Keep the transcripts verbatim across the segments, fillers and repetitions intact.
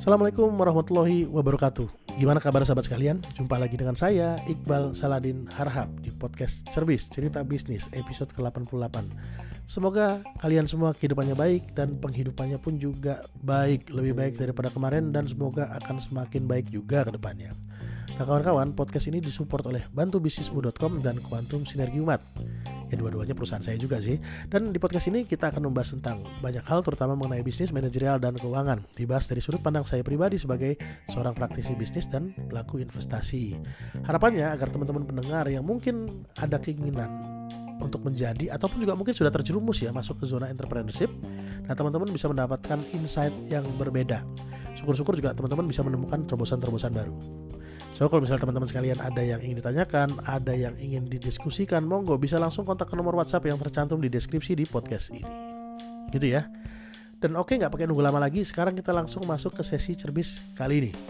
Assalamualaikum warahmatullahi wabarakatuh. Gimana kabar sahabat sekalian? Jumpa lagi dengan saya Iqbal Saladin Harhab di podcast Cerbis Cerita Bisnis episode ke delapan puluh delapan. Semoga kalian semua kehidupannya baik dan penghidupannya pun juga baik, lebih baik daripada kemarin, dan semoga akan semakin baik juga ke depannya. Nah kawan-kawan, podcast ini disupport oleh bantu bisnismu dot com dan Quantum Sinergi Umat. Ya dua-duanya perusahaan saya juga sih. Dan di podcast ini kita akan membahas tentang banyak hal, terutama mengenai bisnis, manajerial, dan keuangan. Dibahas dari sudut pandang saya pribadi sebagai seorang praktisi bisnis dan pelaku investasi. Harapannya agar teman-teman pendengar yang mungkin ada keinginan untuk menjadi ataupun juga mungkin sudah terjerumus ya masuk ke zona entrepreneurship, nah teman-teman bisa mendapatkan insight yang berbeda. Syukur-syukur juga teman-teman bisa menemukan terobosan-terobosan baru. So kalau misalnya teman-teman sekalian ada yang ingin ditanyakan, ada yang ingin didiskusikan, monggo bisa langsung kontak ke nomor WhatsApp yang tercantum di deskripsi di podcast ini. Gitu ya. Dan oke, nggak pakai nunggu lama lagi, sekarang kita langsung masuk ke sesi cerbis kali ini.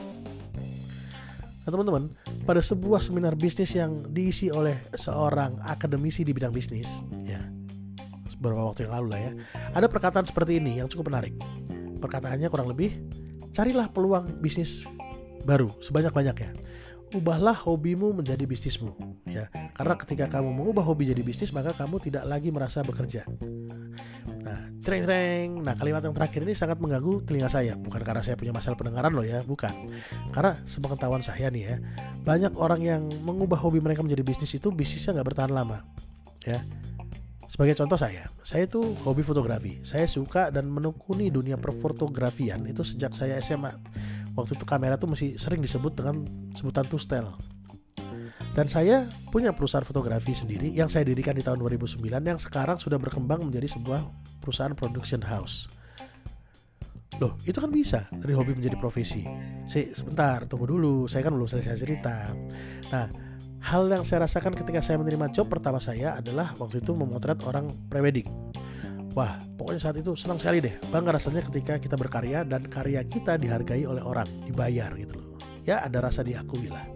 Nah teman-teman, pada sebuah seminar bisnis yang diisi oleh seorang akademisi di bidang bisnis, ya beberapa waktu yang lalu lah ya, ada perkataan seperti ini yang cukup menarik. Perkataannya kurang lebih, carilah peluang bisnis baru sebanyak-banyaknya. Ubahlah hobimu menjadi bisnismu, ya. Karena ketika kamu mengubah hobi jadi bisnis, maka kamu tidak lagi merasa bekerja. Nah, cereng-cereng. Nah, kalimat yang terakhir ini sangat mengganggu telinga saya. Bukan karena saya punya masalah pendengaran loh ya, bukan. Karena sepengetahuan saya nih ya, banyak orang yang mengubah hobi mereka menjadi bisnis itu bisnisnya nggak bertahan lama, ya. Sebagai contoh saya, saya itu hobi fotografi. Saya suka dan menekuni dunia perfotografian itu sejak saya S M A. Waktu itu kamera tuh masih sering disebut dengan sebutan two-stel. Dan saya punya perusahaan fotografi sendiri yang saya dirikan di tahun dua ribu sembilan, yang sekarang sudah berkembang menjadi sebuah perusahaan production house. Loh, itu kan bisa dari hobi menjadi profesi. Si, sebentar, tunggu dulu, saya kan belum selesai cerita. Nah, hal yang saya rasakan ketika saya menerima job pertama saya adalah waktu itu memotret orang prewedding. Wah, pokoknya saat itu senang sekali deh. Bangga rasanya ketika kita berkarya dan karya kita dihargai oleh orang, dibayar gitu loh. Ya, ada rasa diakui lah.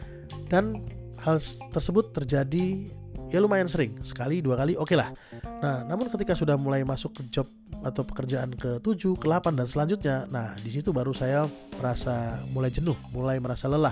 Dan hal tersebut terjadi ya lumayan sering, sekali dua kali oke lah. Nah, namun ketika sudah mulai masuk ke job atau pekerjaan ke tujuh, ke delapan dan selanjutnya, nah di situ baru saya merasa mulai jenuh, mulai merasa lelah.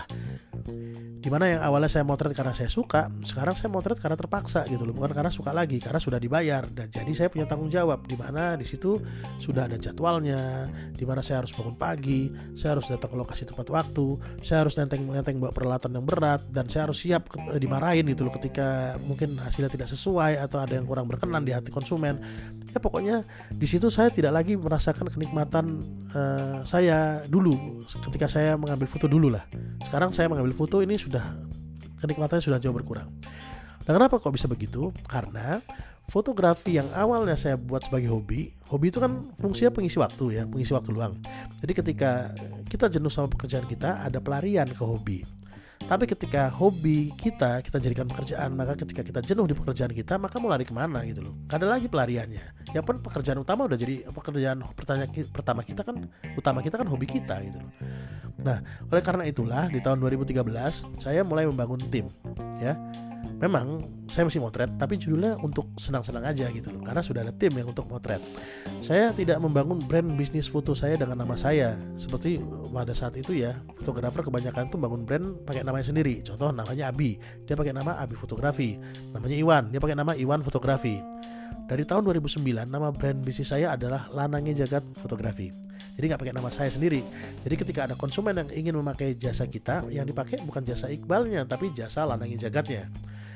Dimana yang awalnya saya motret karena saya suka, sekarang saya motret karena terpaksa gitu loh, bukan karena suka lagi, karena sudah dibayar. Dan jadi saya punya tanggung jawab, dimana di situ sudah ada jadwalnya, dimana saya harus bangun pagi, saya harus datang ke lokasi tepat waktu, saya harus nenteng-nenteng bawa peralatan yang berat, dan saya harus siap ke, dimarahin gitu loh ketika mungkin hasilnya tidak sesuai atau ada yang kurang berkenan di hati konsumen. Ya pokoknya di situ saya tidak lagi merasakan kenikmatan uh, saya dulu ketika saya mengambil foto dulu lah. Sekarang saya mengambil foto ini sudah kenikmatannya sudah jauh berkurang. Dan kenapa kok bisa begitu? Karena fotografi yang awalnya saya buat sebagai hobi, hobi itu kan fungsinya pengisi waktu ya, pengisi waktu luang. Jadi ketika kita jenuh sama pekerjaan kita, ada pelarian ke hobi. Tapi ketika hobi kita kita jadikan pekerjaan, maka ketika kita jenuh di pekerjaan kita, maka mau lari kemana gitu loh. Gak ada lagi pelariannya. Ya pun pekerjaan utama udah jadi pekerjaan pertama kita kan, utama kita kan hobi kita gitu loh. Nah, oleh karena itulah di tahun dua ribu tiga belas saya mulai membangun tim, ya. Memang saya masih motret, tapi judulnya untuk senang-senang aja gitu loh, karena sudah ada tim yang untuk motret. Saya tidak membangun brand bisnis foto saya dengan nama saya. Seperti pada saat itu ya, fotografer kebanyakan tuh bangun brand pakai namanya sendiri. Contoh namanya Abi, dia pakai nama Abi Fotografi. Namanya Iwan, dia pakai nama Iwan Fotografi. Dari tahun dua ribu sembilan nama brand bisnis saya adalah Lanangi Jagat Fotografi. Jadi gak pakai nama saya sendiri. Jadi ketika ada konsumen yang ingin memakai jasa kita, yang dipakai bukan jasa Iqbalnya, tapi jasa Lanangi Jagatnya.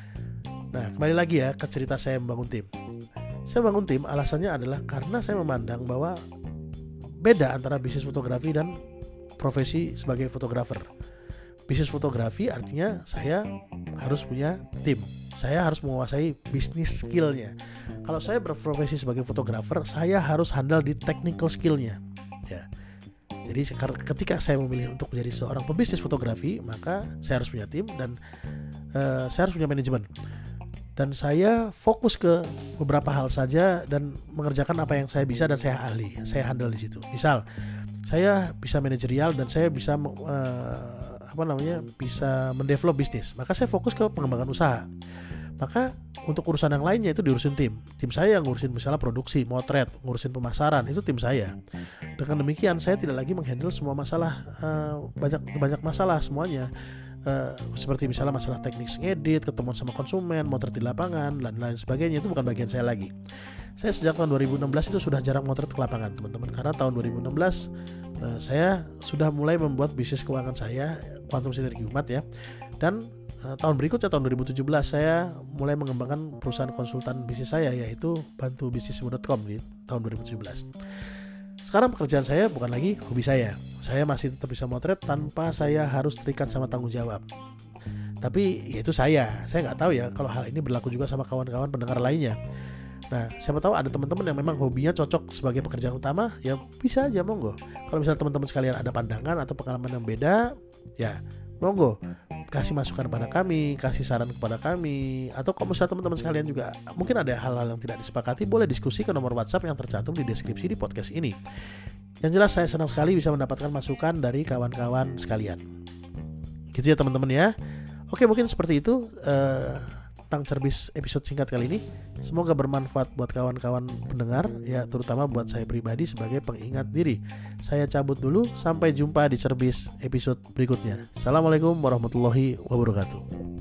Nah kembali lagi ya ke cerita saya membangun tim. Saya bangun tim alasannya adalah karena saya memandang bahwa beda antara bisnis fotografi dan profesi sebagai fotografer. Bisnis fotografi artinya saya harus punya tim, saya harus menguasai bisnis skillnya. Kalau saya berprofesi sebagai fotografer, saya harus handal di technical skillnya ya. Jadi ketika saya memilih untuk menjadi seorang pebisnis fotografi, maka saya harus punya tim dan uh, saya harus punya manajemen. Dan saya fokus ke beberapa hal saja dan mengerjakan apa yang saya bisa dan saya ahli, saya handle di situ. Misal, saya bisa manajerial dan saya bisa uh, apa namanya bisa mendevelop bisnis, maka saya fokus ke pengembangan usaha. Maka untuk urusan yang lainnya itu diurusin tim. Tim saya yang ngurusin misalnya produksi, motret, ngurusin pemasaran, itu tim saya. Dengan demikian saya tidak lagi menghandle semua masalah, uh, banyak banyak masalah semuanya. Uh, seperti misalnya masalah teknik ngedit, ketemu sama konsumen, motret di lapangan, dan lain sebagainya, itu bukan bagian saya lagi. Saya sejak tahun dua ribu enam belas itu sudah jarang motret ke lapangan, teman-teman, karena tahun dua ribu enam belas uh, saya sudah mulai membuat bisnis keuangan saya, Quantum Sinergi Umat ya. Dan uh, tahun berikutnya tahun dua ribu tujuh belas saya mulai mengembangkan perusahaan konsultan bisnis saya, yaitu bantu bisnismu dot com di tahun dua ribu tujuh belas. Sekarang pekerjaan saya bukan lagi hobi saya. Saya masih tetap bisa motret tanpa saya harus terikat sama tanggung jawab. Tapi ya itu saya. Saya nggak tahu ya kalau hal ini berlaku juga sama kawan-kawan pendengar lainnya. Nah, siapa tahu ada teman-teman yang memang hobinya cocok sebagai pekerjaan utama, ya bisa aja, monggo. Kalau misalnya teman-teman sekalian ada pandangan atau pengalaman yang beda, ya monggo kasih masukan kepada kami, kasih saran kepada kami, atau kalau misalnya teman-teman sekalian juga mungkin ada hal-hal yang tidak disepakati, boleh diskusi ke nomor WhatsApp yang tercantum di deskripsi di podcast ini. Yang jelas saya senang sekali bisa mendapatkan masukan dari kawan-kawan sekalian. Gitu ya teman-teman ya. Oke, mungkin seperti itu uh, tentang Cerbis episode singkat kali ini. Semoga bermanfaat buat kawan-kawan pendengar ya, terutama buat saya pribadi sebagai pengingat diri. Saya cabut dulu, sampai jumpa di Cerbis episode berikutnya. Assalamualaikum warahmatullahi wabarakatuh.